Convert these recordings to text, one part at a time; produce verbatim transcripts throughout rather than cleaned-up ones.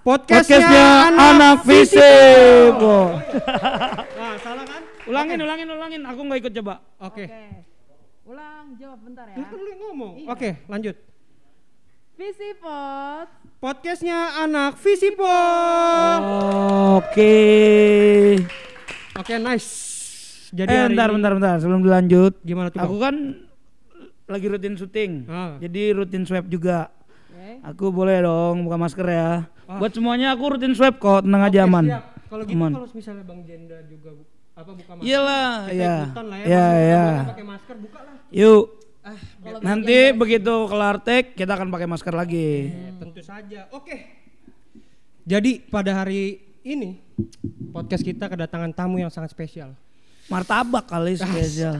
Podcastnya, Podcastnya Anak Visip. Oh. Nah, salah kan? Ulangin, okay. ulangin, ulangin. Aku nggak ikut coba. Oke. Okay. Okay. Ulang, jawab bentar ya. Lu lu ngomong. Iya. Oke, okay, lanjut. Visipot. Podcastnya Anak Visipot. Oke. Okay. Oke, okay, nice. Jadi eh, bentar, bentar, bentar. Sebelum dilanjut, gimana tuh? Aku kan lagi rutin syuting, ah. jadi rutin swab juga. Okay. Aku boleh dong buka masker ya. Ah. Buat semuanya aku rutin swab kok, tenang aja aman. Kalau gitu, kalau misalnya Bang Jenda juga bu- apa buka masker? Iyalah, ya. Lah ya. Ya, ya. Pakai masker, buka lah. Yuk. Ah, nanti begitu kelar take kita akan pakai masker lagi. Eh, tentu saja. Oke. Jadi pada hari ini podcast kita kedatangan tamu yang sangat spesial. Martabak kali spesial.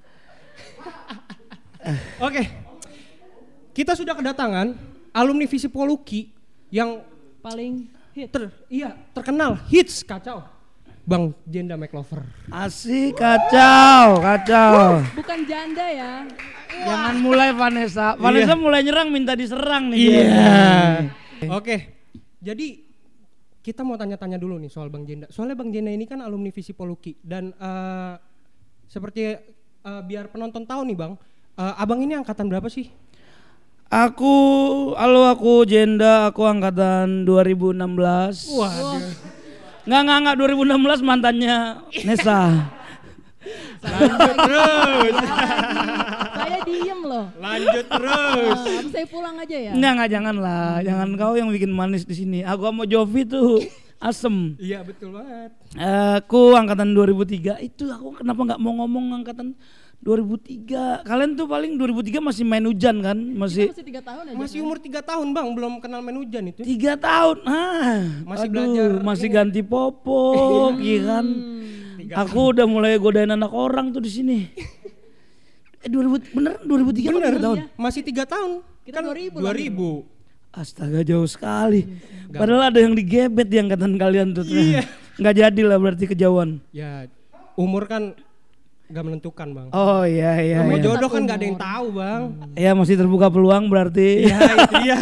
Oke. Kita sudah kedatangan alumni Visipoluki yang paling hit. Ter, iya, terkenal hits kacau. Bang Jenda McLover. Asik kacau, kacau. Bukan janda ya. Jangan mulai Vanessa. Vanessa iya. mulai nyerang minta diserang nih. Iya. Yeah. Oke. Jadi kita mau tanya-tanya dulu nih soal Bang Jenda. Soalnya Bang Jenda ini kan alumni Visipoluki dan uh, seperti uh, biar penonton tahu nih Bang, uh, Abang ini angkatan berapa sih? Aku, halo aku Jenda, aku angkatan dua ribu enam belas. Waduh. Nggak, nggak, nggak, dua ribu enam belas mantannya Nesa. Lanjut terus. Saya diem loh. Lanjut terus. Uh, saya pulang aja ya. Enggak, enggak, jangan lah. Jangan kau yang bikin manis di sini. Aku sama Jovi tuh asem. Iya betul banget. Aku angkatan dua ribu tiga. Itu aku kenapa nggak mau ngomong angkatan dua ribu tiga. Kalian tuh paling dua ribu tiga masih main hujan kan? Masih masih tiga tahun aja. Masih umur tiga tahun Bang, belum kenal main hujan itu. tiga tahun. Ah, masih aduh, belajar. Masih ini. Ganti popok, iya kan? Aku udah mulai godain anak orang tuh di sini. Eh dua ribu bener dua ribu tiga bener, tiga tahun. Iya. Masih tiga tahun. Kita kan dua ribu. dua ribu. Astaga jauh sekali. Gak. Padahal ada yang digebet di angkatan kalian tuh. Iya. Nggak jadi lah berarti kejauhan. Ya, umur kan gak menentukan Bang. Oh iya iya. Mau iya. jodoh kan gak ada yang tahu Bang. Iya hmm. masih terbuka peluang berarti. Iya itu dia.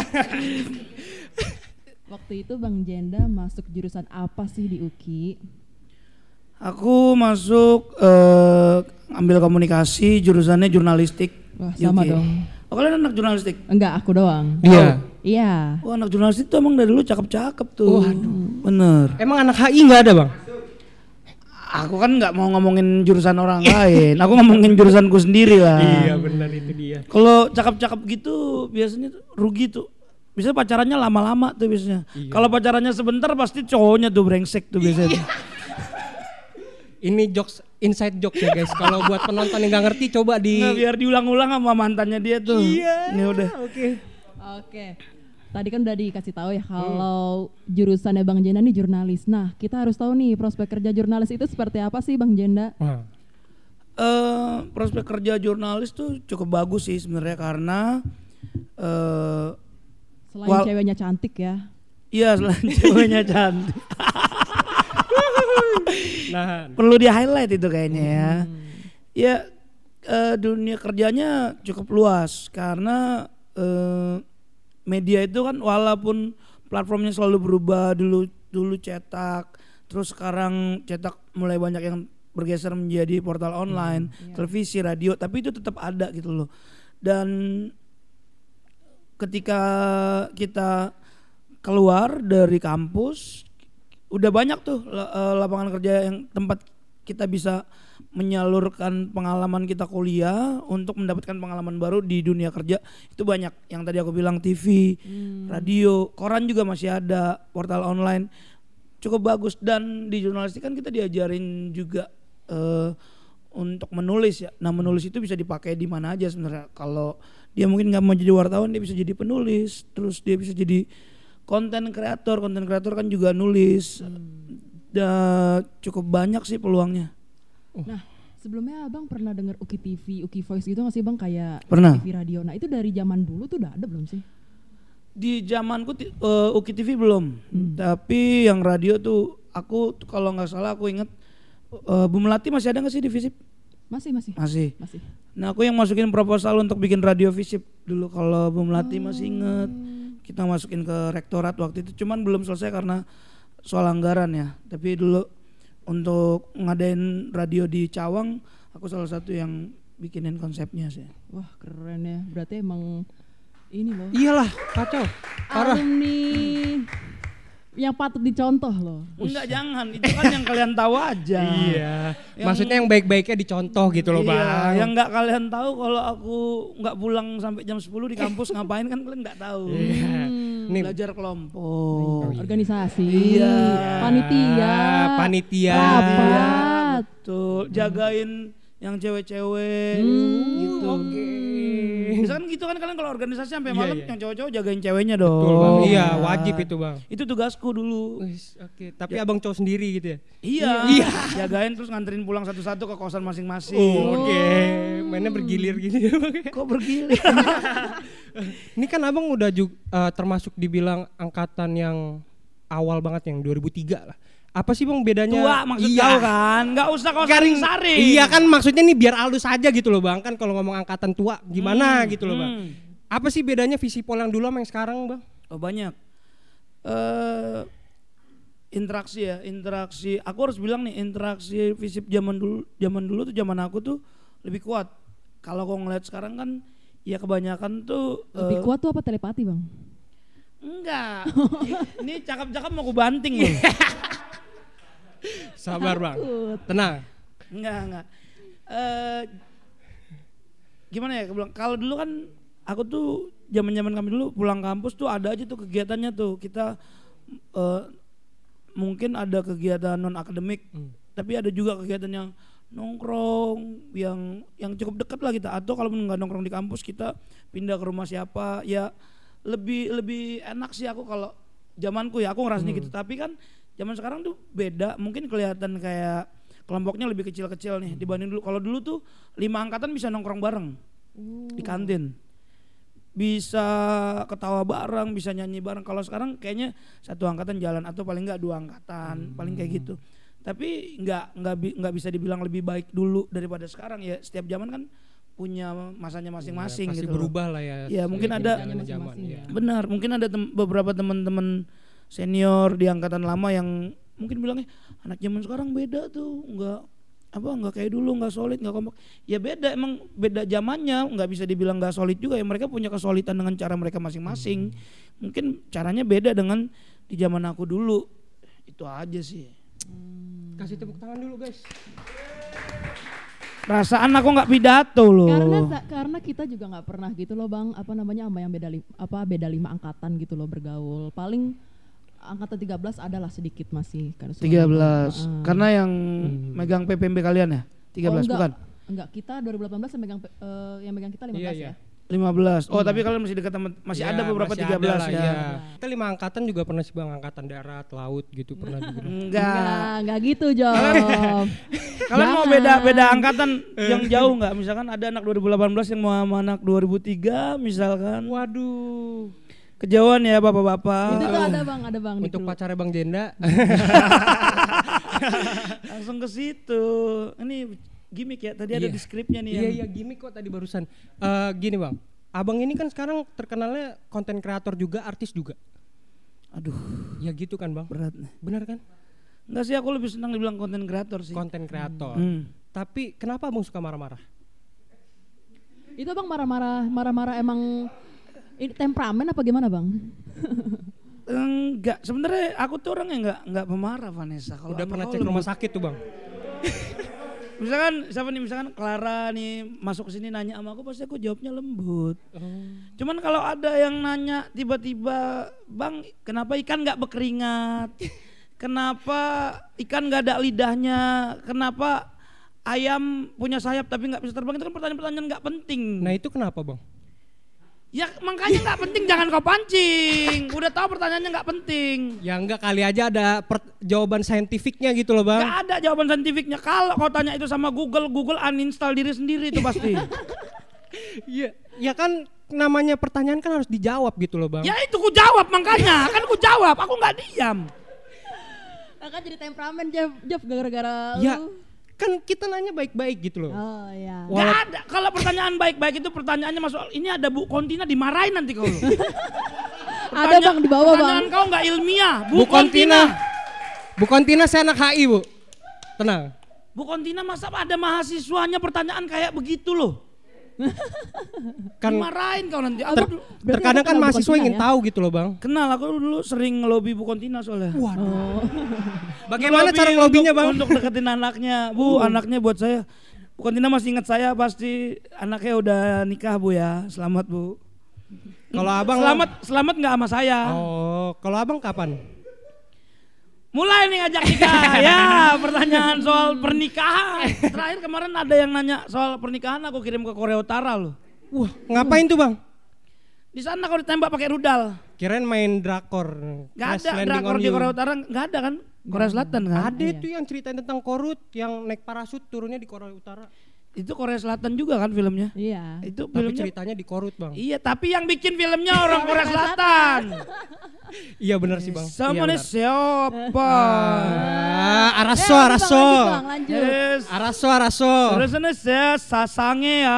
Waktu itu Bang Jenda masuk jurusan apa sih di U K I? Aku masuk uh, ambil komunikasi, jurusannya jurnalistik. Wah sama U K I. dong. Oh kalian anak jurnalistik? Enggak, aku doang. Iya. Oh, iya. Oh anak jurnalistik tuh emang dari dulu cakep-cakep tuh. Waduh. Bener. Emang anak H I gak ada Bang? Aku kan nggak mau ngomongin jurusan orang lain, aku ngomongin jurusanku sendiri lah. Iya benar itu dia. Kalau cakep-cakep gitu biasanya tuh rugi tuh. Biasanya pacarannya lama-lama tuh biasanya. Iya. Kalau pacarannya sebentar pasti cowoknya tuh brengsek tuh biasanya. Iya. Ini jokes, inside jokes ya guys. Kalau buat penonton yang nggak ngerti coba di. Nah, biar diulang-ulang sama mantannya dia tuh. Iya. Ini udah. Oke. Okay. Oke. Okay. Tadi kan udah dikasih tahu ya kalau hmm. jurusannya Bang Jenda nih jurnalis. Nah, kita harus tahu nih prospek kerja jurnalis itu seperti apa sih Bang Jenda? Hmm. Uh, prospek kerja jurnalis tuh cukup bagus sih sebenarnya karena uh, selain wal- ceweknya cantik ya. Iya, selain ceweknya cantik. Nah, perlu di highlight itu kayaknya ya. Hmm. Ya uh, dunia kerjanya cukup luas karena uh, media itu kan walaupun platformnya selalu berubah, dulu dulu cetak, terus sekarang cetak mulai banyak yang bergeser menjadi portal online, hmm, yeah. televisi, radio, tapi itu tetap ada gitu loh. Dan ketika kita keluar dari kampus, udah banyak tuh lapangan kerja yang tempat kita bisa menyalurkan pengalaman kita kuliah untuk mendapatkan pengalaman baru di dunia kerja. Itu banyak yang tadi aku bilang T V, hmm. radio, koran juga masih ada, portal online cukup bagus. Dan di jurnalistik kan kita diajarin juga uh, untuk menulis ya. Nah menulis itu bisa dipakai di mana aja sebenarnya. Kalau dia mungkin nggak mau jadi wartawan, dia bisa jadi penulis, terus dia bisa jadi konten kreator. Konten kreator kan juga nulis. Hmm. Dan cukup banyak sih peluangnya. Nah, sebelumnya Abang pernah dengar U K I T V, U K I Voice gitu nggak sih Bang, kayak pernah. T V radio. Nah itu dari zaman dulu tuh udah ada belum sih? Di zamanku uh, U K I T V belum, hmm. tapi yang radio tuh aku kalau nggak salah aku inget uh, Bu Melati masih ada nggak sih di Visip? Masih masih. Masih. Masih. Nah aku yang masukin proposal untuk bikin radio Visip dulu kalau Bu Melati oh. masih inget. kita masukin ke rektorat waktu itu, cuman belum selesai karena soal anggaran ya. Tapi dulu untuk ngadain radio di Cawang, aku salah satu yang bikinin konsepnya sih. Wah keren ya, berarti emang ini loh. Iyalah, kacau. Parah. Alumni yang patut dicontoh loh. Enggak, jangan, itu kan yang kalian tahu aja. Iya. Yang- Maksudnya yang baik-baiknya dicontoh gitu loh, Iya, Bang. yang nggak kalian tahu kalau aku nggak pulang sampai jam sepuluh di kampus ngapain kan kalian nggak tahu. Iya. Hmm, Nih, Belajar kelompok. organisasi, Iya. panitia, panitia. rapat. Betul, jagain yang cewek-cewek Hmm, gitu. Oke. Misalkan gitu kan kalian kalau organisasi sampai Iya, malam iya. yang cowok-cowok jagain ceweknya dong. Betul, Bang. Iya, kan? wajib itu, Bang. Itu tugasku dulu. Wis, Oke, tapi abang cowok sendiri gitu ya? Iya. Iya. Jagain terus nganterin pulang satu-satu ke kosan masing-masing. Oh, Oke, mainnya bergilir gini ya, Bang. Kok bergilir? Ini kan abang udah juga termasuk dibilang angkatan yang awal banget yang dua ribu tiga lah. Apa sih Bang bedanya? Tua maksud iya. kau kan? Nggak usah kau Kan- saring-saring. Iya kan maksudnya nih biar halus aja gitu loh Bang. Kan kalau ngomong angkatan tua gimana gitu loh Bang. Hmm. Apa sih bedanya Visipol yang dulu sama yang sekarang Bang? Oh banyak. Eh interaksi ya, interaksi. Aku harus bilang nih, interaksi Visip zaman dulu, zaman dulu tuh zaman aku tuh lebih kuat. Kalau kau ngeliat sekarang kan, ya kebanyakan tuh Lebih eh, kuat tuh apa telepati bang? enggak. Ini cakep-cakep mau aku banting loh. Sabar Bang. Takut. Tenang. Enggak, enggak. Eh gimana ya? Aku bilang, kalau dulu kan aku tuh zaman-zaman kami dulu pulang kampus tuh ada aja tuh kegiatannya tuh. Kita eh, mungkin ada kegiatan non akademik, Hmm. tapi ada juga kegiatan yang nongkrong yang yang cukup dekat lah kita. Atau kalau nggak nongkrong di kampus kita pindah ke rumah siapa. Ya lebih lebih enak sih aku kalau zamanku ya, aku ngerasanya Hmm. gitu. Tapi kan zaman sekarang tuh beda, mungkin kelihatan kayak kelompoknya lebih kecil-kecil nih dibanding dulu. Kalau dulu tuh lima angkatan bisa nongkrong bareng di kantin, bisa ketawa bareng, bisa nyanyi bareng. Kalau sekarang kayaknya satu angkatan jalan atau paling nggak dua angkatan, paling kayak gitu. Tapi nggak nggak bi- nggak bisa dibilang lebih baik dulu daripada sekarang ya. Setiap zaman kan punya masanya masing-masing Ya, pasti gitu loh. berubah lah ya. Ya, mungkin seiring ada- berjalannya zaman, masing-masing ya. ya. Benar, mungkin ada tem- beberapa teman-teman senior di angkatan lama yang mungkin bilangnya anak zaman sekarang beda tuh, nggak apa nggak kayak dulu, nggak solid, nggak kompak. Ya beda, emang beda zamannya, nggak bisa dibilang nggak solid juga ya. Mereka punya kesolidan dengan cara mereka masing-masing. Mungkin caranya beda dengan di zaman aku dulu. Itu aja sih. Kasih tepuk tangan dulu guys. Perasaan aku nggak pidato loh. Karena karena kita juga nggak pernah gitu loh bang, apa namanya sama yang beda li- apa beda lima angkatan gitu loh bergaul. Paling angkatan tiga belas adalah sedikit masih kan. tiga belas. Heeh. Karena yang megang P P M B kalian ya? tiga belas Oh, enggak. bukan? Enggak, kita dua ribu delapan belas yang megang eh, yang megang kita lima belas Iya, iya. ya. lima belas. Oh, tapi kalian masih dekat sama masih Ya, ada beberapa masih tiga belas ada lah, ya. iya. Kita lima angkatan juga pernah sih Bang, angkatan darat, laut gitu pernah juga. Enggak. Enggak, enggak gitu Job. Kalian mau Jangan. beda-beda angkatan yang jauh nggak? Misalkan ada anak dua ribu delapan belas yang mau sama anak dua ribu tiga misalkan. Waduh. Kejauhan ya bapak-bapak. Itu tuh ada bang, ada bang di Untuk grup. pacarnya Bang Jenda. Langsung ke situ. Ini gimmick ya, tadi ada Iya. di skripnya nih. Iya yang- iya gimmick kok tadi barusan. Eh gini Bang, Abang ini kan sekarang terkenalnya konten kreator juga, artis juga. Aduh, Ya gitu kan Bang. berat nih. Benar kan? Enggak sih, aku lebih senang dibilang konten kreator sih. Konten kreator. Hmm. Tapi kenapa Abang suka marah-marah? Itu bang marah-marah, marah-marah emang ini temperamen apa gimana bang? Enggak, sebenarnya aku tuh orang yang enggak enggak pemarah Vanessa. Kalau Udah sama pernah kau cek lembut. rumah sakit tuh Bang? Misalkan siapa nih, misalkan Clara nih masuk ke sini nanya sama aku, pasti aku jawabnya lembut. Cuman kalau ada yang nanya tiba-tiba, "Bang, kenapa ikan nggak berkeringat? Kenapa ikan nggak ada lidahnya? Kenapa ayam punya sayap tapi nggak bisa terbang?" Itu kan pertanyaan-pertanyaan nggak penting. Nah itu kenapa Bang? Ya makanya nggak penting, jangan kau pancing. Udah tahu pertanyaannya nggak penting. Ya enggak, kali aja ada per- jawaban saintifiknya gitu loh Bang. Nggak ada jawaban saintifiknya. Kalau kau tanya itu sama Google, Google uninstall diri sendiri itu pasti. Iya, ya kan namanya pertanyaan kan harus dijawab gitu loh Bang. Ya itu ku jawab makanya, kan ku jawab, aku nggak diam. Kan jadi temperamen Jeff, Jeff gara-gara Ya, lu. kan kita nanya baik-baik gitu loh. Oh ya. Nggak ada. Kalau pertanyaan baik-baik itu pertanyaannya masuk, ini ada Bu Kontina dimarahin nanti kau. Ada bang di bawah bang. Pertanyaan kau nggak ilmiah. Bu, Bu Kontina. Kontina. Bu Kontina saya anak H I bu. Tenang. Bu Kontina masa ada mahasiswanya pertanyaan kayak begitu loh. Kan Dimarahin kau nanti. ter- Aku Berarti terkadang aku kan kenal Bu mahasiswa Kontina ingin ya? tahu gitu loh bang. kenal, aku dulu sering ngelobi Bu Kontina soalnya. Oh. Bagaimana Ngelobi cara ngelobinya untuk- bang? Untuk deketin anaknya. Bu, anaknya buat saya. Bu Kontina masih ingat saya, pasti anaknya udah nikah Bu ya. Selamat Bu. Kalau abang Selamat, selamat nggak sama saya. Oh, kalau abang kapan? Mulai nih ngajak nikah. Ya, pertanyaan soal pernikahan. Terakhir kemarin ada yang nanya soal pernikahan, aku kirim ke Korea Utara loh. Wah, ngapain tuh bang? Di sana kau ditembak pakai rudal. Kirain main drakor. Gak Crash ada Landing drakor on di You. Korea Utara, gak ada kan? Korea Selatan kan? Ada Iya. itu yang ceritain tentang korut yang naik parasut turunnya di Korea Utara. Itu Korea Selatan juga kan filmnya? Iya. Itu Tapi filmnya. ceritanya di korut bang. Iya, tapi yang bikin filmnya orang Korea Selatan. Iya benar sih bang. Sama Iya, nih benar. siapa? Ah, araso, Eh, lanjut, araso. Bang, lanjut, Bang, lanjut. Yes. Araso, araso. Terus ini saya sasange ya.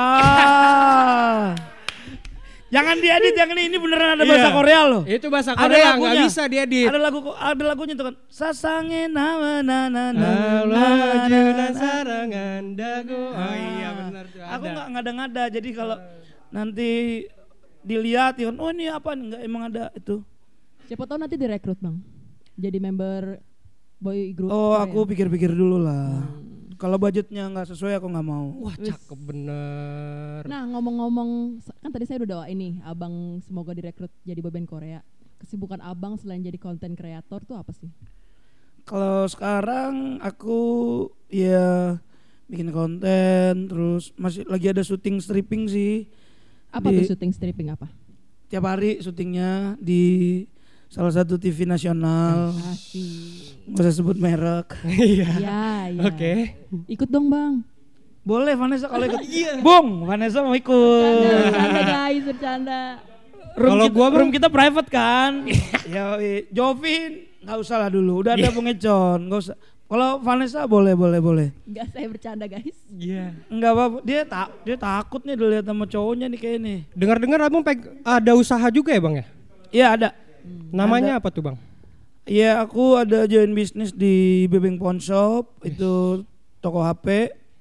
Jangan diedit yang ini, ini beneran ada bahasa Iya. Korea loh. Itu bahasa Ada Korea lagunya. nggak bisa diedit. Ada lagu ada lagunya tuh kan. Sasange nama na na na Alajuna sarangan dago. Oh iya benar tuh ada. Aku nggak ngada-ngada, jadi kalau nanti dilihat ya kan, oh ini apa nih, nggak emang ada itu. Siapa tahu nanti direkrut bang. Jadi member boy group. Oh Korea. aku pikir-pikir dulu lah. Kalau budgetnya nggak sesuai aku nggak mau. Wah cakep bener. Nah ngomong-ngomong, kan tadi saya udah doain nih abang semoga direkrut jadi boy band Korea. Kesibukan abang selain jadi konten kreator tuh apa sih? Kalau sekarang aku ya bikin konten, terus masih lagi ada syuting stripping sih. Apa Di- tuh syuting stripping apa? Tiap hari syutingnya di salah satu T V nasional. Asik. Nggak usah sebut merek. Iya. Ya, ya. Oke. Ikut dong bang. Boleh Vanessa kalau ikut. Bung, Vanessa mau ikut. Bercanda guys, bercanda. Room Kalau kita, gua, Bang- room kita private kan. Ya, Jovin nggak usah lah dulu. Udah ada Bung Econ, nggak usah. Kalau Vanessa boleh, boleh, boleh. Enggak, saya bercanda guys. Iya. Enggak apa-apa. Dia tak, dia takut nih dilihat sama cowoknya nih kayak nih. Dengar-dengar abang peg- ada usaha juga ya bang ya? Iya ada. Namanya apa tuh bang? Iya aku ada join bisnis di Bebeng Pawn Shop, itu toko H P.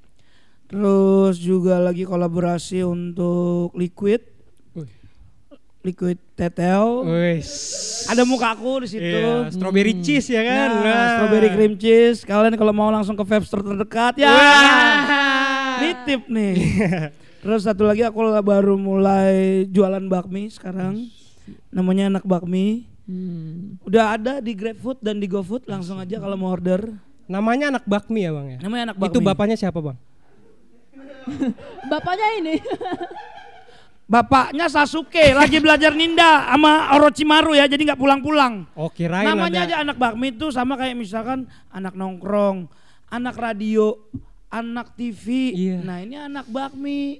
Terus juga lagi kolaborasi untuk Liquid, Wih. Liquid Tetel. Wis. Ada muka aku di situ. Iya, strawberry cheese ya kan? Nah, Wah. strawberry cream cheese. Kalian kalau mau langsung ke vape store terdekat ya. Wah. Nitip nih. Terus satu lagi aku baru mulai jualan bakmi sekarang. Namanya Anak Bakmi. Hmm. Udah ada di GrabFood dan di GoFood, langsung aja kalau mau order. Namanya anak bakmi ya bang ya? Namanya Anak Bakmi. Itu bapaknya siapa bang? Bapaknya ini. Bapaknya Sasuke lagi belajar ninja sama Orochimaru ya, jadi nggak pulang-pulang. Oh kirain Namanya ada. aja Anak Bakmi itu sama kayak misalkan anak nongkrong, anak radio, anak T V. Iya. Nah ini Anak Bakmi.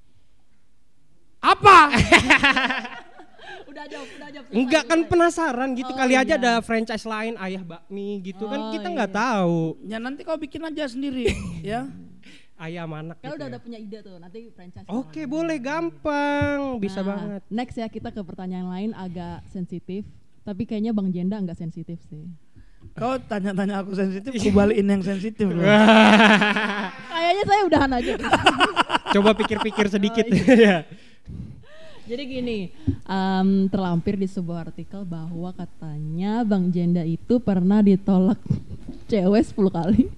Apa? Udah jawab, udah jawab. Enggak kan penasaran gitu Oh, kali aja iya. ada franchise lain ayah bakmi gitu kan Oh, kita iya. nggak tahu. Ya nanti kau bikin aja sendiri ya. Ayah sama anak Kalau gitu udah ya. udah punya ide tuh, nanti franchise. Oke boleh gampang bisa Nah, banget. Next ya kita ke pertanyaan lain agak sensitif, tapi kayaknya Bang Jenda nggak sensitif sih. Kau tanya-tanya aku sensitif, aku balikin yang sensitif loh. Kayaknya saya udahan aja. Coba pikir-pikir sedikit. Oh, ya. Jadi gini, em, terlampir di sebuah artikel bahwa katanya Bang Jenda itu pernah ditolak cewek sepuluh kali.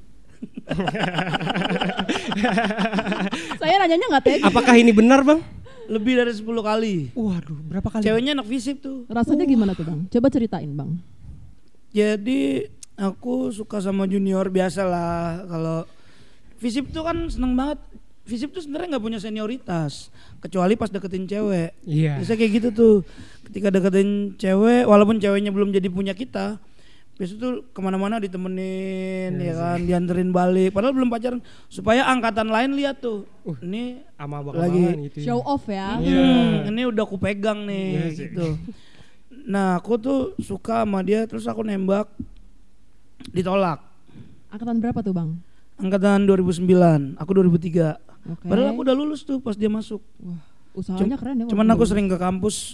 Saya nanyanya nggak tega. Apakah ini benar bang? Lebih dari sepuluh kali. Waduh berapa kali? Ceweknya anak visip tuh. Rasanya gimana tuh Bang? Coba ceritain Bang. Jadi aku suka sama junior biasa lah. Kalau visip tuh kan seneng banget. Visip tuh sebenarnya nggak punya senioritas, kecuali pas deketin cewek. Iya. Biasa kayak gitu tuh. Ketika deketin cewek, walaupun ceweknya belum jadi punya kita, biasa tuh kemana-mana ditemenin, ya kan, dianterin balik. Padahal belum pacaran, supaya angkatan lain lihat tuh. Uh, Ini Ama Lagi bakal gitu ya. Show off ya. Iya. Hmm, ini udah aku pegang nih Iya sih. gitu. Nah aku tuh suka sama dia, terus aku nembak, ditolak. Angkatan berapa tuh Bang? Angkatan dua ribu sembilan, aku dua ribu tiga. Oke. Padahal aku udah lulus tuh pas dia masuk. Wah, usahanya keren ya. Cuman Bang. aku sering ke kampus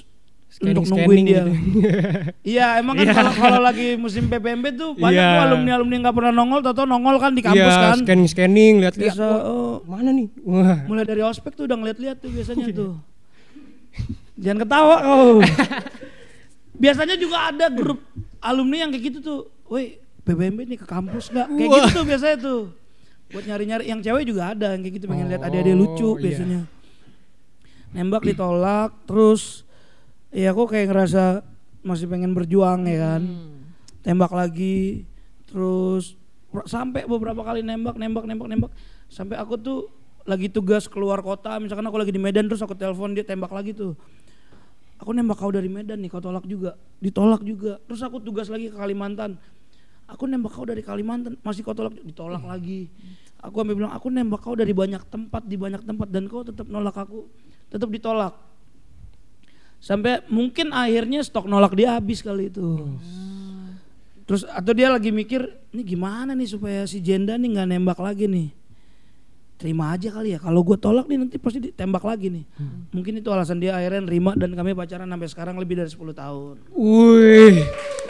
untuk Scanning- nungguin scanning dia. gitu. Iya, emang kan kalau kalau lagi musim P P M B tuh banyak Iya. tuh alumni-alumni nggak pernah nongol, tau-tau nongol kan di kampus Iya, kan. scanning scanning lihat-lihat. Biasa, Wah, oh, mana nih? Wah. mulai dari ospek tuh udah ngeliat-liat tuh biasanya tuh. Jangan ketawa kau. Biasanya juga ada grup alumni yang kayak gitu tuh. Woi, P P M B nih ke kampus nggak? Kayak Wah. gitu tuh biasanya tuh. Buat nyari-nyari, yang cewek juga ada yang kayak gitu pengen lihat adik-adik Oh, lucu iya. biasanya. Nembak ditolak, terus ya aku kayak ngerasa masih pengen berjuang ya kan. Tembak lagi, terus per- sampai beberapa kali nembak, nembak, nembak, nembak, sampai aku tuh lagi tugas keluar kota, misalkan aku lagi di Medan terus aku telepon dia tembak lagi tuh. Aku nembak kau dari Medan nih, kau tolak juga, ditolak juga. Terus aku tugas lagi ke Kalimantan. Aku nembak kau dari Kalimantan, masih kau tolak, ditolak lagi. Aku sampai bilang aku nembak kau dari banyak tempat, di banyak tempat dan kau tetap nolak aku, tetap ditolak. Sampai mungkin akhirnya stok nolak dia habis kali itu. Terus atau dia lagi mikir, ini gimana nih supaya si Jenda nih nggak nembak lagi nih. Terima aja kali ya, kalau gue tolak nih nanti pasti ditembak lagi nih. Mungkin itu alasan dia akhirnya nerima dan kami pacaran sampai sekarang lebih dari sepuluh tahun. Wih.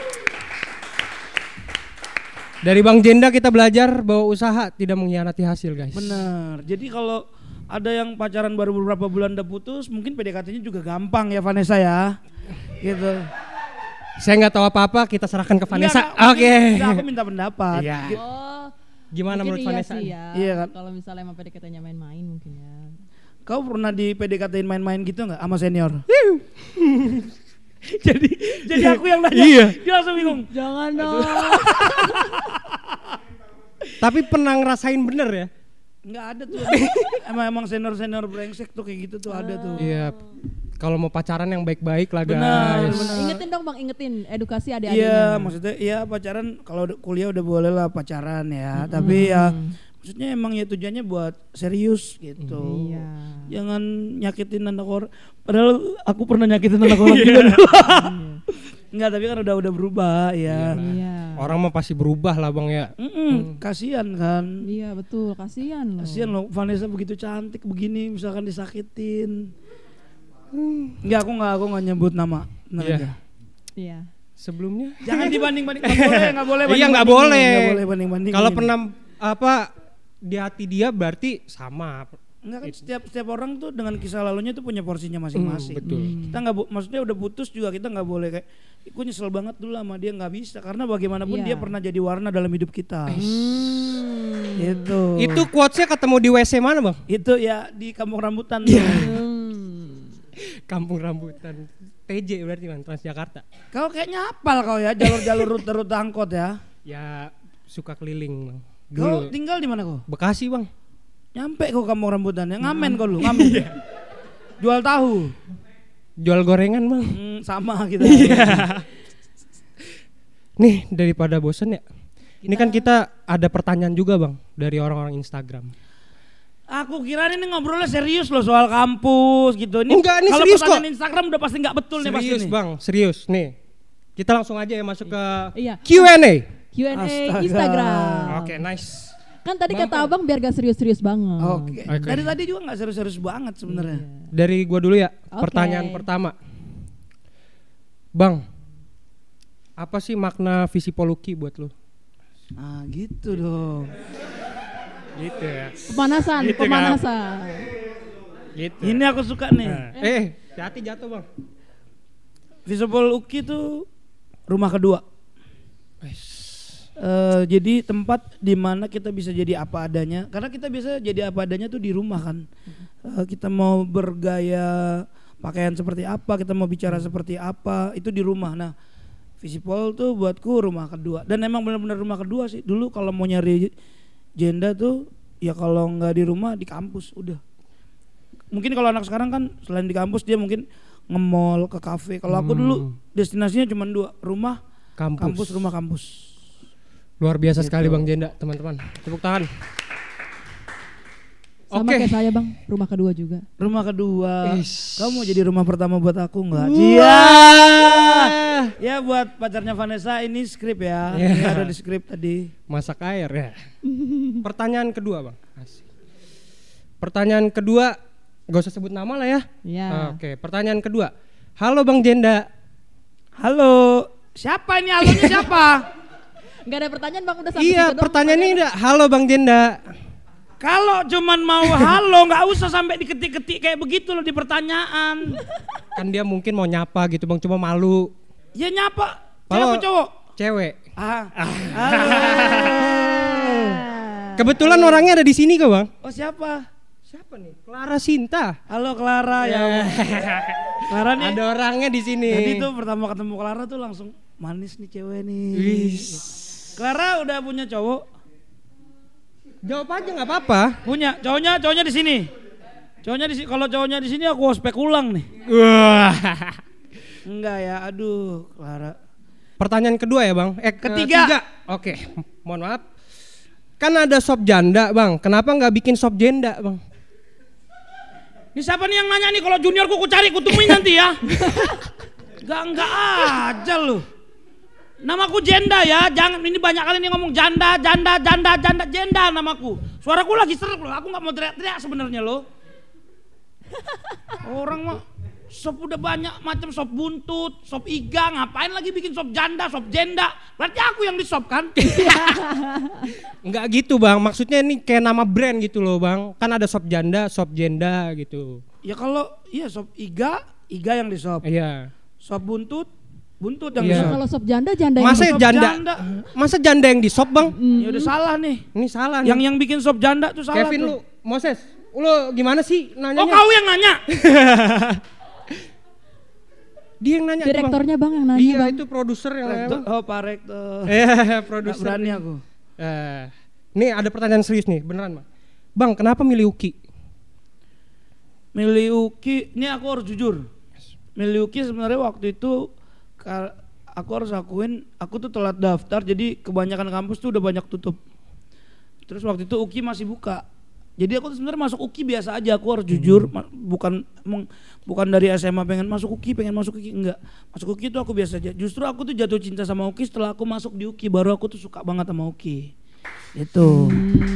Dari Bang Jenda kita belajar bahwa usaha tidak mengkhianati hasil, guys. Bener, jadi kalau ada yang pacaran baru beberapa bulan udah putus, mungkin P D K T-nya juga gampang ya Vanessa ya. Gitu. Saya nggak tahu apa-apa, kita serahkan ke Vanessa. Enggak, Oke. enggak, aku minta pendapat. Iya. Gitu. Oh, Gimana mungkin menurut iya Vanessa? sih ya. Iya kan? Kalau misalnya emang P D K T-nya main-main mungkin ya. Kau pernah di P D K T-in main-main gitu nggak sama senior? jadi jadi aku yang nanya, Iya. dia langsung bingung. Jangan dong. Tapi pernah ngerasain bener ya? Nggak ada tuh. emang emang senior-senior brengsek tuh kayak gitu tuh ada tuh. Iya. Kalau mau pacaran yang baik-baik lah, Benar, guys. benar. Ingetin dong Bang, ingetin edukasi adik-adiknya. Iya, maksudnya iya pacaran kalau udah kuliah udah boleh lah pacaran ya. Tapi ya maksudnya emang ya tujuannya buat serius gitu. Iya. Jangan nyakitin anak orang. Padahal aku pernah nyakitin anak orang juga. Enggak, tapi kan udah udah berubah ya. Iya. Orang mah pasti berubah lah, Bang ya. Mm-mm, kasihan kan. Iya betul, kasihan loh. Kasihan loh Vanessa begitu cantik begini misalkan disakitin. Enggak, aku enggak aku enggak nyebut nama. Tenang Iya. aja. Iya. Sebelumnya Jangan dibanding-banding. Enggak boleh, enggak boleh Iya, nggak banding-bandingin, boleh. nggak boleh banding-bandingin. kalau pernah apa di hati dia berarti sama. Enggak kan setiap setiap orang tuh dengan kisah lalunya tuh punya porsinya masing-masing. Hmm, betul. Kita nggak bo- maksudnya udah putus juga kita nggak boleh kayak gue nyesel banget dulu sama dia, nggak bisa karena bagaimanapun Iya. dia pernah jadi warna dalam hidup kita. Hmm. Itu. Itu quotesnya ketemu di W C mana, Bang? Itu ya di kampung rambutan tuh. Hmm. Kampung Rambutan. T J berarti, Man, Transjakarta. Kau kayaknya hafal kau ya jalur-jalur rute-rute angkot ya. Ya suka keliling, Bang. Kau Dulu tinggal di mana kau? Bekasi, Bang. Nyampe kau kampung rambutan ya, ngamen kau lu, ngamen. Jual tahu. Jual gorengan, Bang. Hmm, sama kita. Nih, daripada bosen ya. Ini kan kita ada pertanyaan juga, Bang, dari orang-orang Instagram. Aku kira ini ngobrolnya serius loh soal kampus gitu. Ini Enggak, ini kalau serius pertanyaan kok. Instagram udah pasti nggak betul nih pasti Serius, nih. Bang, serius. Nih, kita langsung aja ya masuk ke Iya. Q and A. Q and A Astaga. Instagram. Oke, nice. Kan tadi kata Abang biar gak serius-serius banget. Oke. Oke. Dari tadi juga nggak serius-serius banget sebenarnya. Dari gua dulu ya. Oke. Pertanyaan pertama. Bang, apa sih makna Visipoluki buat lu? Nah gitu dong. Gitu ya. Pemanasan, Gitu kan. pemanasan. Gitu. Ini aku suka nih. Nah, eh, hati jatuh, Bang. Visipol Uki itu rumah kedua. Eh, jadi tempat di mana kita bisa jadi apa adanya. Karena kita biasa jadi apa adanya tuh di rumah kan. Eh, kita mau bergaya pakaian seperti apa, kita mau bicara seperti apa, itu di rumah. Nah, Visipol tuh buatku rumah kedua. Dan emang benar-benar rumah kedua sih. Dulu kalau mau nyari Jenda tuh ya kalau nggak di rumah di kampus udah. Mungkin kalau anak sekarang kan selain di kampus dia mungkin nge-mall, ke kafe. Kalau aku dulu destinasinya cuma dua, rumah, Kampus. kampus, rumah, kampus. Luar biasa Gitu. sekali Bang Jenda, teman-teman. Tepuk tangan. Sama Oke. kayak saya Bang, rumah kedua juga. Rumah kedua. Ish. Kamu mau jadi rumah pertama buat aku nggak? Wah. Iya. Ya buat pacarnya Vanessa ini skrip ya. Iya. Ini ada di skrip tadi. Masak air ya. Pertanyaan kedua, Bang. Asik. Pertanyaan kedua, gak usah sebut nama lah ya. Iya. Oke, pertanyaan kedua. Halo Bang Jenda. Halo. Siapa ini? Halonya siapa? Nggak ada pertanyaan Bang, udah sampai Iya, situ doang pertanyaan ini pertanyaannya. udah. Halo Bang Jenda. Kalau cuman mau halo nggak usah sampai diketik-ketik kayak begitu loh di pertanyaan. Kan dia mungkin mau nyapa gitu Bang, cuma malu. Ya nyapa. Cewek Halo. apa cowok? Cewek. Ah. Kebetulan orangnya ada di sini kok Bang. Oh siapa? Siapa nih? Clara Sinta. Halo Clara ya. Clara nih. Ada orangnya di sini. Tadi tuh pertama ketemu Clara tuh langsung manis nih cewek nih. Wis. Clara udah punya cowok? Jawab aja nggak apa-apa. Punya. Cowoknya cowoknya di sini. Cowoknya di sini. Kalau cowoknya di sini aku ospek ulang nih. Wah. Enggak ya. Aduh, Clara. Pertanyaan kedua ya Bang. Eh, Ketiga. ketiga. Oke, mohon maaf. Kan ada sop janda Bang. Kenapa nggak bikin sop jenda Bang? Ini siapa nih yang nanya nih? Kalau juniorku ku cari ku temuin nanti ya. Enggak enggak aja lu. Namaku Jenda ya. Jangan ini banyak kali nih ngomong janda, janda, janda, janda, jenda namaku. Suaraku lagi serak loh. Aku nggak mau teriak-teriak sebenarnya loh. Orang mah sop udah banyak macam, sop buntut, sop iga, ngapain lagi bikin sop janda, sop jenda? Berarti aku yang di sop kan? Enggak gitu Bang. Maksudnya ini kayak nama brand gitu loh Bang. Kan ada sop janda, sop jenda gitu. Ya kalau iya sop iga, iga yang di sop. Iya. Sop buntut, buntut yang Iya. di sop. Kalau sop janda, janda yang Masa sop janda, janda. masa janda yang di sop Bang? Ya udah salah nih. Ini salah nih. Yang yang bikin sop janda tuh salah. Kevin tuh. lu, Moses, lu gimana sih nanyanya? Oh kau yang nanya. Dia yang nanya tuh, Bang. direktornya Bang yang nanya Iya Bang. itu produser yang nanya Rektor, Bang. oh Pak Rektor. Iya Nggak produser. berani aku. Eh, nih ada pertanyaan serius nih beneran Bang. Bang kenapa milih Uki? Milih Uki, ini aku harus jujur. Milih Uki sebenarnya waktu itu ka- aku harus akuin, aku tuh telat daftar, jadi kebanyakan kampus tuh udah banyak tutup. Terus waktu itu Uki masih buka. Jadi aku tuh sebenarnya masuk Uki biasa aja, aku harus jujur, ma- bukan emang bukan dari S M A pengen masuk Uki, pengen masuk Uki, enggak. Masuk Uki itu aku biasa aja. Justru aku tuh jatuh cinta sama Uki setelah aku masuk di Uki, baru aku tuh suka banget sama Uki. Itu.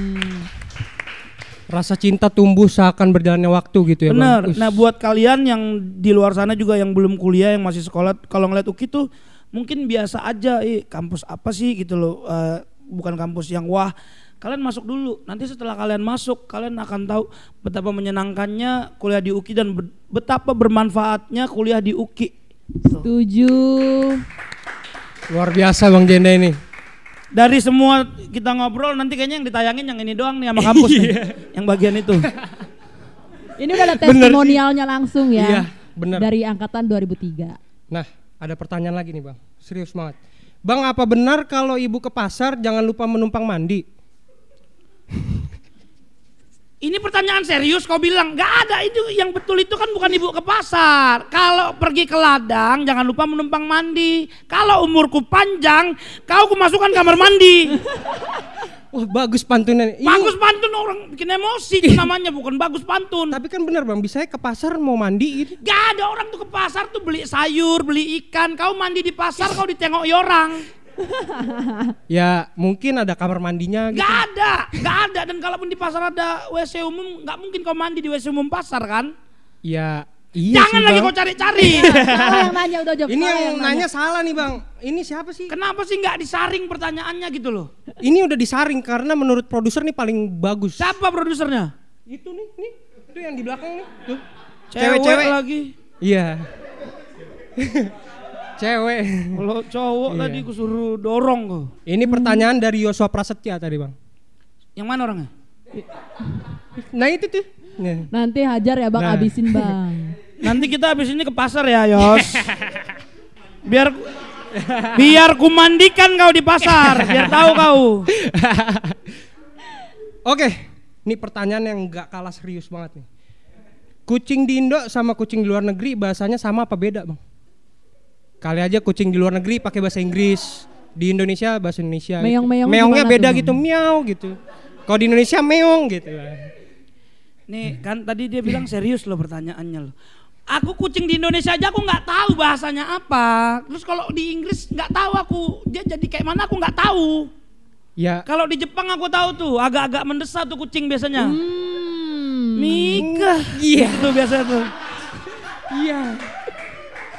Rasa cinta tumbuh seakan berjalannya waktu gitu ya Bener. Bang. Us. Nah buat kalian yang di luar sana juga yang belum kuliah, yang masih sekolah, kalau ngeliat Uki tuh mungkin biasa aja, eh kampus apa sih gitu loh, eh, bukan kampus yang wah. Kalian masuk dulu, nanti setelah kalian masuk kalian akan tahu betapa menyenangkannya kuliah di Uki dan be- betapa bermanfaatnya kuliah di Uki. Setuju. Luar biasa Bang Jenda ini. Dari semua kita ngobrol nanti kayaknya yang ditayangin yang ini doang nih sama kampus nih, yang bagian itu. Ini udah ada Bener sih. testimonialnya langsung ya. Iya, bener. Dari angkatan dua ribu tiga. Nah ada pertanyaan lagi nih Bang, serius banget. Bang apa benar kalau ibu ke pasar jangan lupa menumpang mandi? Ini pertanyaan serius kau bilang, gak ada, itu yang betul itu kan bukan ibu ke pasar. Kalau pergi ke ladang jangan lupa menumpang mandi. Kalau umurku panjang kau kumasukkan kamar mandi. Wah bagus pantunnya. Ini- Bagus pantun, orang bikin emosi itu namanya, bukan bagus pantun. Tapi kan benar Bang, bisa ke pasar mau mandi gitu. Gak ada orang tuh ke pasar tuh beli sayur, beli ikan. Kau mandi di pasar kau ditengoki orang. Ya mungkin ada kamar mandinya gitu. Gak ada, gak ada. Dan kalaupun di pasar ada W C umum, gak mungkin kau mandi di W C umum pasar kan? Ya iya Jangan sih lagi Bang. kau cari-cari. Salah yang nanya udah jawab. Ini salah yang nanya salah nih Bang. Ini siapa sih? Kenapa sih gak disaring pertanyaannya gitu loh? Ini udah disaring karena menurut produser nih paling bagus. Siapa produsernya? Itu nih, nih. Itu yang di belakang nih. Tuh. Cewek Cewek-cewek. lagi. Iya. Cewek. Kalau cowok Iya. tadi kusuruh dorong kok. Ini pertanyaan dari Yosua Prasetya tadi Bang. Yang mana orangnya? Nah itu tuh. Nih. Nanti hajar ya Bang, Nah. abisin Bang. Nanti kita habis ini ke pasar ya Yos. Biar biar ku mandikan kau di pasar, biar tahu kau. Oke, ini pertanyaan yang nggak kalah serius banget nih. Kucing di Indo sama kucing di luar negeri bahasanya sama apa beda Bang? Kali aja kucing di luar negeri pakai bahasa Inggris, di Indonesia bahasa Indonesia. Meong-meong gitu. Meongnya gimana beda tuh, gitu, Bang? miau gitu. Kalau di Indonesia meong gitu. Nih kan tadi dia bilang serius loh pertanyaannya loh. Aku kucing di Indonesia aja aku nggak tahu bahasanya apa. Terus kalau di Inggris nggak tahu aku, dia jadi kayak mana aku nggak tahu. Ya, Kalau di Jepang aku tahu tuh, agak-agak mendesah tuh kucing biasanya. Hmm. Mika, Iya. itu biasa tuh. iya.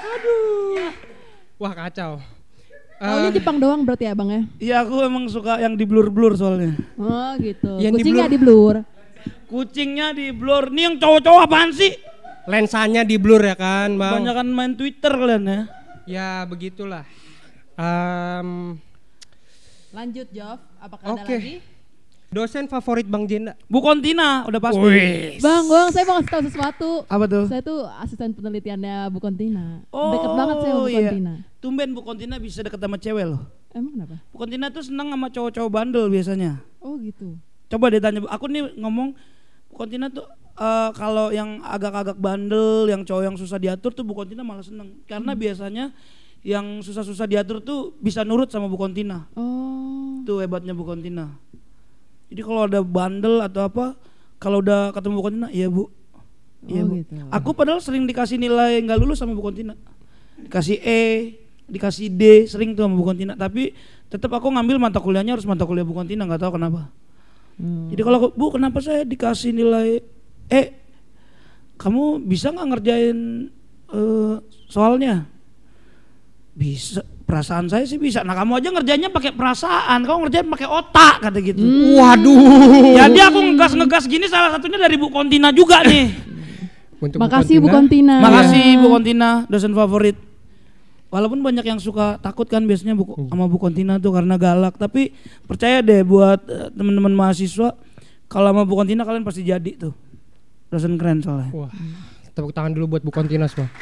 Aduh. Wah kacau. Taunya Eh, Jepang doang berarti ya bang ya? Iya aku emang suka yang di blur-blur soalnya. Oh gitu. Yang di Kucingnya blur. di blur. Kucingnya di blur. Nih yang cowok-cowok apaan sih? lensanya di blur ya kan, Bang? Kebanyakan main Twitter kalian ya. Ya begitulah. Em, Lanjut Jov, apakah ada Oke. lagi? Dosen favorit Bang Jenda? Bu Kontina udah pasti. Wih. Bang, bang, saya mau ngasih tahu sesuatu. Apa tuh? Saya tuh asisten penelitiannya Bu Kontina. Oh, Deket banget saya sama Bu iya. Kontina. Tumben Bu Kontina bisa deket sama cewek loh. Emang kenapa? Bu Kontina tuh senang sama cowok-cowok bandel biasanya. Oh gitu. Coba deh tanya, aku nih ngomong Bu Kontina tuh eh, kalau yang agak-agak bandel, yang cowok yang susah diatur tuh Bu Kontina malah seneng. Karena biasanya yang susah-susah diatur tuh bisa nurut sama Bu Kontina. Oh. Itu hebatnya Bu Kontina. Jadi kalau ada bandel atau apa, kalau udah ketemu Bu Kontina, iya Bu. Iya Oh, Bu. gitu. Aku padahal sering dikasih nilai nggak lulus sama Bu Kontina. Dikasih E, dikasih D, sering tuh sama Bu Kontina. Tapi tetap aku ngambil mata kuliahnya harus mata kuliah Bu Kontina, nggak tahu kenapa. Hmm. Jadi kalau aku, Bu kenapa saya dikasih nilai E? Kamu bisa nggak ngerjain eh, soalnya? Bisa, perasaan saya sih bisa. Nah kamu aja ngerjainnya pakai perasaan, kamu ngerjain pakai otak kata gitu. Waduh. Jadi aku ngegas-ngegas gini salah satunya dari Bu Kontina juga nih. Untuk Makasih Bu Kontina. Makasih Bu Kontina, dosen favorit. Walaupun banyak yang suka takut kan biasanya Bu, sama Bu Kontina tuh karena galak. Tapi percaya deh buat eh, teman-teman mahasiswa, kalau sama Bu Kontina kalian pasti jadi tuh. Dosen keren soalnya. Wah, tepuk tangan dulu buat Bu Kontina semua.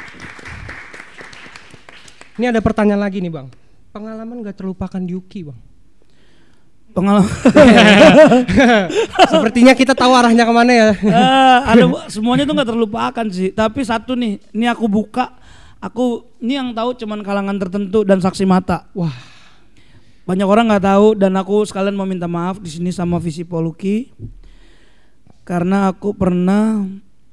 Ini ada pertanyaan lagi nih Bang. Pengalaman gak terlupakan di U K I Bang? Pengalaman. Sepertinya kita tahu arahnya kemana ya. Eh, ada semuanya tuh nggak terlupakan sih. Tapi satu nih, ini aku buka, aku ini yang tahu cuman kalangan tertentu dan saksi mata. Wah, Banyak orang nggak tahu dan aku sekalian mau minta maaf di sini sama Visi Poluki karena aku pernah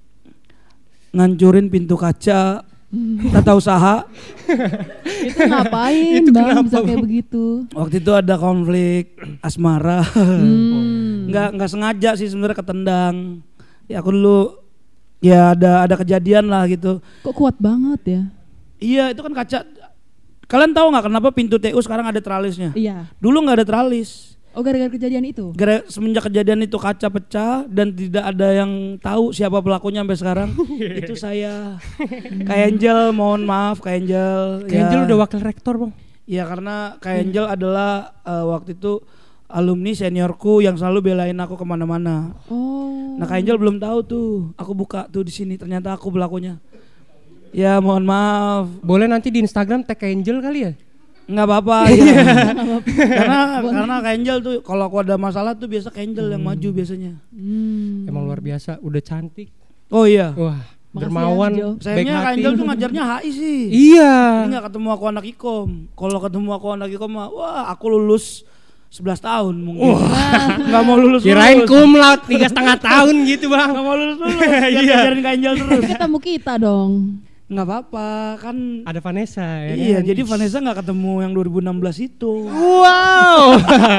ngancurin pintu kaca tata usaha. Itu ngapain Itu bang kenapa, bisa kayak Bang? begitu? Waktu itu ada konflik asmara. Hmm. nggak nggak sengaja sih sebenarnya ketendang. Ya aku dulu ya ada ada kejadian lah gitu. Kok kuat banget ya? Iya itu kan kaca. Kalian tahu nggak kenapa pintu T U sekarang ada tralisnya? Iya. Dulu nggak ada tralis. Oh gara-gara kejadian itu? Gara semenjak kejadian itu kaca pecah dan tidak ada yang tahu siapa pelakunya sampai sekarang. Itu saya. Kak Angel, mohon maaf Kak Angel. Kak Angel udah wakil rektor Bang. Ya karena Kak Angel adalah eh, waktu itu alumni seniorku yang selalu belain aku kemana-mana. Oh. Nah Kak Angel belum tahu tuh. Aku buka tuh di sini ternyata aku pelakunya. Ya mohon maaf. Boleh nanti di Instagram tag Kak Angel kali ya? Nggak apa-apa ya. karena karena Kak Angel tuh kalau aku ada masalah tuh biasa Kak Angel yang maju biasanya. Hmm. Emang luar biasa, udah cantik. Oh iya. Wah, Makasih dermawan, ya, Jo. baik Sayangnya Kak hati. Angel tuh ngajarnya H I sih. Iya. Jadi nggak ketemu aku anak ikom. Kalau ketemu aku anak ikom mah, wah aku lulus sebelas tahun mungkin. Nggak mau lulus. Kirain lulus. cum laude tiga setengah tahun gitu Bang. Nggak mau lulus lulus. Biar Iya. ngajarin Kak Angel terus. Ketemu kita dong. Nggak apa-apa kan. Ada Vanessa ya Iya, kan? jadi Vanessa nggak ketemu yang dua ribu enam belas itu. Wow.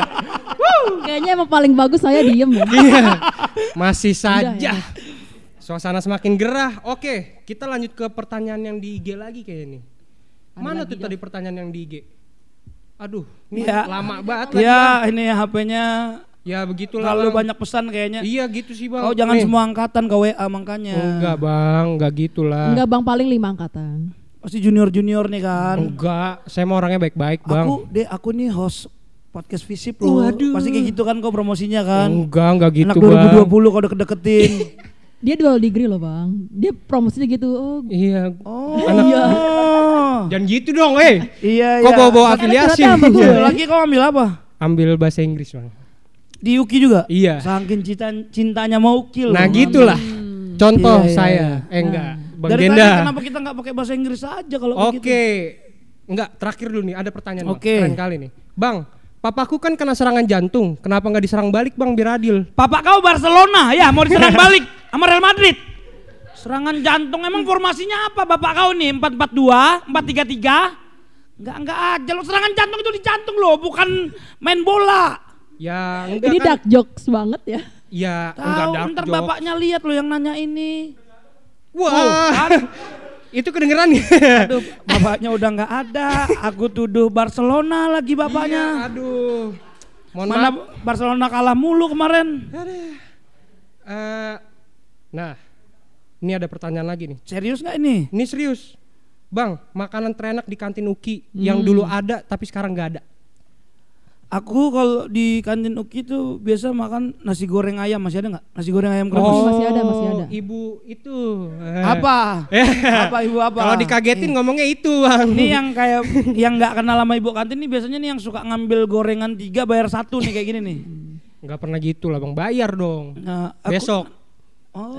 Kayaknya emang paling bagus saya diem ya. Iya. Masih Udah, saja. ya. Suasana semakin gerah. Oke, kita lanjut ke pertanyaan yang di I G lagi kayaknya nih. Ada Mana lagi, tuh Dok? tadi pertanyaan yang di I G? Aduh, ini Ya. lama banget lagi. Ya, ini H P-nya Ya begitulah. terlalu Bang. banyak pesan kayaknya. Iya gitu sih Bang. Kau jangan Nih. semua angkatan ke W A makanya. Oh, enggak Bang, enggak gitulah. Enggak bang paling lima angkatan. Pasti junior-junior nih kan. Enggak, saya mau orangnya baik-baik Bang. Aku deh aku nih host podcast Visip loh. Waduh. Pasti kayak gitu kan kau promosinya kan. Enggak, enggak gitu Anak Bang. dua ribu dua puluh kau udah kedeketin. Dia dual degree loh bang. Dia promosinya gitu. Oh, Iya. Oh. Anak- Iya. Jangan gitu dong, eh. Iya, Kok iya. bawa-bawa Makanya afiliasi? ternyata sama gue. Iya. Lagi kau ambil apa? Ambil bahasa Inggris Bang. Di U K I juga? Iya. Saking cinta cintanya mau ukil. Nah loh. gitulah. Contoh Iya, iya, saya. iya. Eh enggak. Bang Dari Jenda. tadi kenapa kita nggak pakai bahasa Inggris aja kalau Oke. begitu? Enggak, terakhir dulu nih ada pertanyaan Bang. Oke. Keren kali nih. Bang, papaku kan kena serangan jantung. Kenapa nggak diserang balik Bang biar adil? Papa kau Barcelona ya mau diserang balik sama Real Madrid. Serangan jantung emang formasinya apa bapak kau nih? empat empat dua, empat tiga tiga? Enggak enggak aja lo, serangan jantung itu di jantung loh, bukan main bola. Ya enggak ini kan. dark jokes banget ya. Ya enggak Tahu dark ntar joke. bapaknya lihat lo yang nanya ini. Wah. Tuh, kan? Itu kedengeran ya? Aduh, bapaknya udah nggak ada. Aku tuduh Barcelona lagi bapaknya. Iya, aduh. Mohon Mana maaf. Barcelona kalah mulu kemarin. Uh, nah, ini ada pertanyaan lagi nih. Serius nggak ini? Ini serius. Bang, makanan terenak di kantin Uki hmm. yang dulu ada tapi sekarang nggak ada. Aku kalau di kantin Uki tuh biasa makan nasi goreng ayam. Masih ada nggak? Nasi goreng ayam krebs? Oh, masih ada, masih ada. Ibu itu. Apa? Apa ibu apa? Kalau dikagetin ngomongnya itu, Bang. Ini yang kayak yang nggak kenal sama ibu kantin nih biasanya nih yang suka ngambil gorengan tiga bayar satu nih kayak gini nih. Nggak pernah gitu lah, Bang. Bayar dong. Nah, aku, besok. Oh.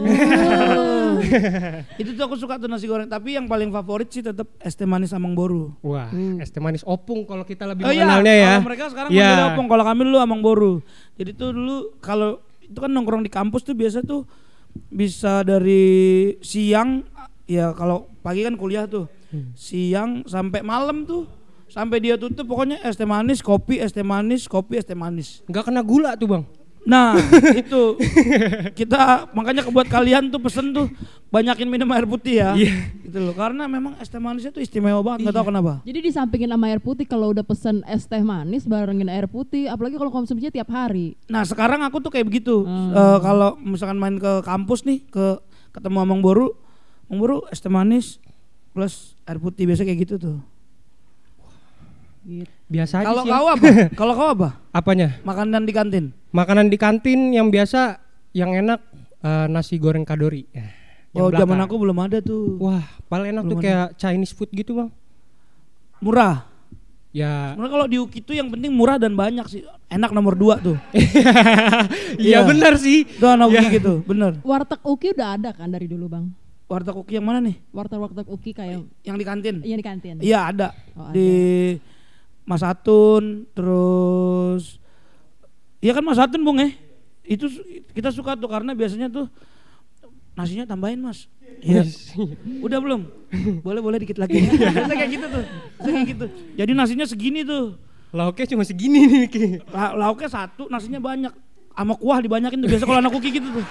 Itu tuh aku suka tuh nasi goreng. Tapi yang paling favorit sih tetap es teh manis Amang Boru. Wah, hmm. es teh manis opung kalau kita lebih oh mengenalnya iya, ya. Kalau mereka sekarang yeah. manggilnya opung, kalau kami dulu Amang Boru. Jadi tuh dulu kalau itu kan nongkrong di kampus tuh biasa tuh bisa dari siang, ya kalau pagi kan kuliah tuh, hmm. siang sampai malam tuh. Sampai dia tutup pokoknya es teh manis, kopi, es teh manis, kopi, es teh manis. Nggak kena gula tuh, Bang. Nah itu kita makanya buat kalian tuh pesen tuh banyakin minum air putih ya, yeah. gitu loh. Karena memang es teh manisnya tuh istimewa banget, nggak yeah. tahu kenapa. Jadi disampingin sama air putih kalau udah pesen es teh manis barengin air putih, apalagi kalau konsumsinya tiap hari. Nah sekarang aku tuh kayak begitu. Hmm. Uh, kalau misalkan main ke kampus nih, ke ketemu Amang Boru, Amang Boru es teh manis plus air putih biasa kayak gitu tuh. Gitu. Biasa aja kalau sih. Kalau kau apa? Kalau kau apa? Apanya? Makanan di kantin. Makanan di kantin yang biasa, yang enak uh, nasi goreng kadori. Oh, zaman aku belum ada tuh. Wah, paling enak belum tuh ada. Kayak Chinese food gitu, Bang. Murah. Ya. Sebenarnya kalau di Uki tuh yang penting murah dan banyak sih. Enak nomor dua tuh. Iya benar sih. Tuh anak Uki gitu, bener. Warteg Uki udah ada kan dari dulu, Bang? Warteg Uki yang mana nih? Warteg-warteg Uki kayak yang di kantin. Iya di kantin. Iya ada. Oh, di ada. Mas Atun, terus iya kan Mas Atun Bung ya. Itu kita suka tuh karena biasanya tuh nasinya tambahin Mas. Iya. Udah belum? Boleh boleh dikit lagi. Biasa kayak gitu tuh. Biasa kayak gitu. Jadi nasinya segini tuh. Lauknya cuma segini nih Ki. La lauknya satu, nasinya banyak. Sama kuah dibanyakin tuh biasa kalau anak Uki gitu tuh.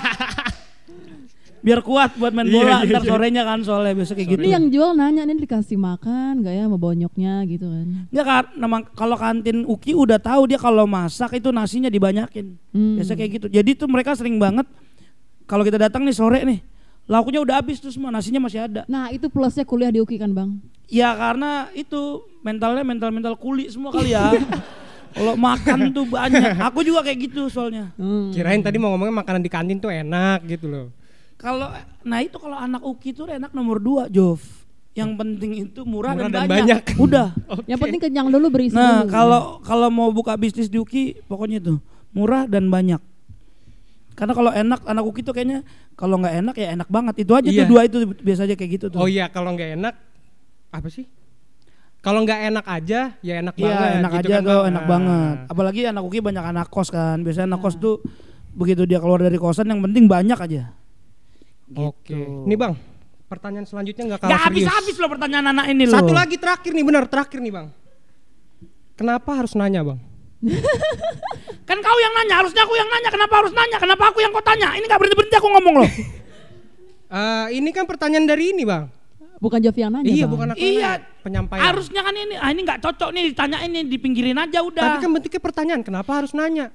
Biar kuat buat main bola, iya, ntar iya, sorenya kan soalnya biasa kayak gitu. Ini yang jual nanya nih dikasih makan gak ya sama bonyoknya gitu kan. Ya kan, kalau kantin Uki udah tahu dia kalau masak itu nasinya dibanyakin. Hmm. Biasa kayak gitu. Jadi tuh mereka sering banget kalau kita datang nih sore nih, lauknya udah habis tuh semua, nasinya masih ada. Nah itu plusnya kuliah di Uki kan Bang? Ya karena itu mentalnya mental-mental kuli semua kali ya. Kalau makan tuh banyak, aku juga kayak gitu soalnya. Hmm. Kirain tadi mau ngomongnya makanan di kantin tuh enak gitu loh. Kalau nah itu kalau anak Uki tuh enak nomor dua Jov. Yang penting itu murah, murah dan, dan banyak. banyak. Udah. Okay. Yang penting kenyang dulu berisi. Nah dulu. kalau kalau mau buka bisnis di Uki pokoknya tuh murah dan banyak. Karena kalau enak anak Uki tuh kayaknya kalau nggak enak ya enak banget. Itu aja iya. tuh dua itu biasa aja kayak gitu tuh. Oh iya kalau nggak enak apa sih? Kalau nggak enak aja ya enak ya, banget. Enak gitu aja kan tuh enak banget. Apalagi anak Uki banyak anak kos kan. Biasanya anak kos tuh begitu dia keluar dari kosan yang penting banyak aja. Gitu. Oke, nih Bang, pertanyaan selanjutnya nggak kalah serius. Gak habis-habis loh pertanyaan anak ini loh. Satu lagi terakhir nih, benar terakhir nih Bang. Kenapa harus nanya Bang? Kan kau yang nanya, harusnya aku yang nanya. Kenapa harus nanya? Kenapa aku yang kau tanya? Ini gak berhenti-berhenti aku ngomong loh. uh, ini kan pertanyaan dari ini Bang. Bukan Jovi yang nanya Iya Bang. bukan aku iya, nanya, penyampaian. Harusnya kan ini, ah ini gak cocok nih ditanyain nih, dipinggirin aja udah. Tapi kan bentuknya pertanyaan, kenapa harus nanya?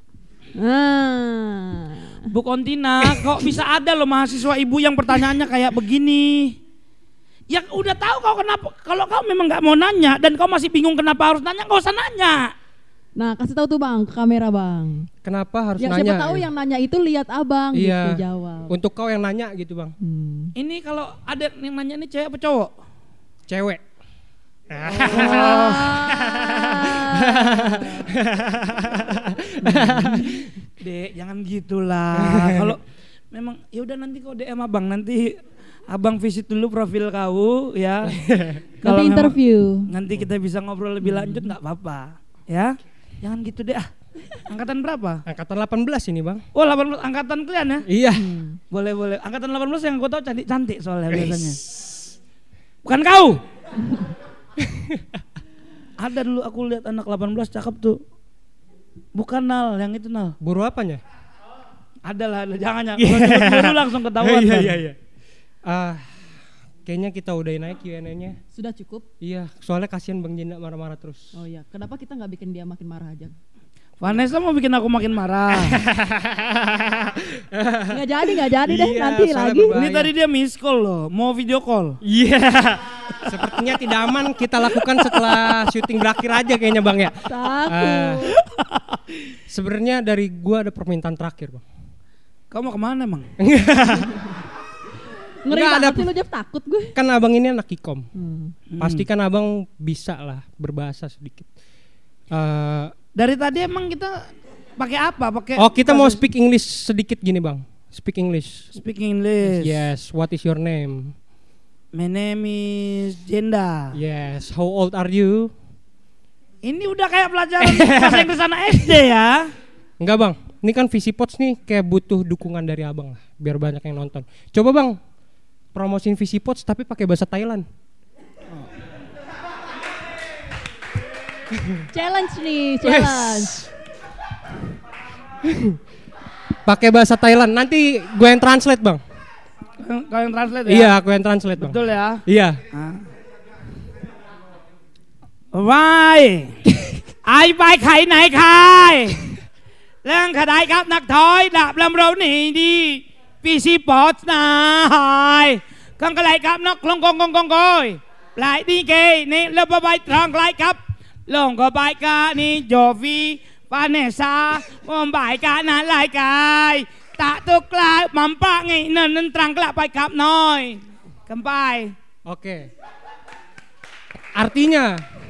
Ah. Bu Kontina, kok bisa ada loh mahasiswa ibu yang pertanyaannya kayak begini? Ya udah tahu kau kenapa. Kalau kau memang nggak mau nanya dan kau masih bingung kenapa harus nanya, nggak usah nanya. Nah kasih tahu tuh Bang ke kamera Bang. Kenapa harus ya, nanya? Siapa tahu ya? Yang nanya itu lihat abang iya. gitu jawab. Untuk kau yang nanya gitu Bang. Hmm. Ini kalau ada yang nanya ini cewek apa cowok? Cewek. Oh. Dek, jangan gitulah. Kalau memang ya udah nanti kau D M abang, nanti abang visit dulu profil kau ya. Kalau interview. Nanti kita bisa ngobrol lebih lanjut nggak apa-apa, ya. Jangan gitu deh ah. Angkatan berapa? Angkatan delapan belas ini Bang. Oh delapan belas angkatan kalian ya? Iya. Hmm. Boleh boleh. Angkatan delapan belas yang kau tahu cantik-cantik soalnya biasanya. Bukan kau. Ada dulu aku lihat anak delapan belas cakep tuh. Bukan Nal, yang itu Nal. Buru apanya? Ada lah, jangan ya. Kalau buru langsung ketahuan. Iya iya iya. Uh, kayaknya kita udahin aja Q and A-nya. Sudah cukup? Iya, soalnya kasihan Bang Jenda marah-marah terus. Oh iya, kenapa kita nggak bikin dia makin marah aja? Vanessa mau bikin aku makin marah. Nggak jadi, nggak jadi deh Iya, nanti soalnya lagi. berbahaya. Ini tadi dia miss call loh, mau video call. Iya. Sepertinya tidak aman kita lakukan setelah syuting berakhir aja kayaknya Bang ya. Takut. Uh, Sebenarnya dari gua ada permintaan terakhir Bang. Kamu mau kemana emang? Ngeri Nggak ada- banget sih lu Jeff, takut gue. Kan abang ini anak ikom. Hmm. Pasti kan abang bisa lah berbahasa sedikit. Uh, Dari tadi emang kita pakai apa? Pakai oh kita mau speak English sedikit gini Bang. Speak English. speak English. Yes. What is your name? My name is Jenda. Yes. How old are you? Ini udah kayak pelajaran bahasa Inggris anak S D ya. Enggak Bang. Ini kan Visipods nih kayak butuh dukungan dari abang lah. Biar banyak yang nonton. Coba Bang promosiin Visipods tapi pakai bahasa Thailand. Challenge nih, challenge. Pakai bahasa Thailand. Nanti gue yang translate Bang. Kau yang translate ya? Iya, aku yang translate Bang. Betul ya? Iya. Vai aiไปไขไหนใครเรื่องขดายครับนักถอยดาบลำเราหนีดีปีซีปอสนายกังกะไหลครับนักลงกงกงกงกอยปลายดีเกนี่เลือบใบตรองไกลครับลงก็ใบกานี่โยฟีปาเนซามอมใบกานั้นลายกายตะตุกลายมัมปะไงเนินนันตรังกละไปครับน้อยกันไป Oke. Artinya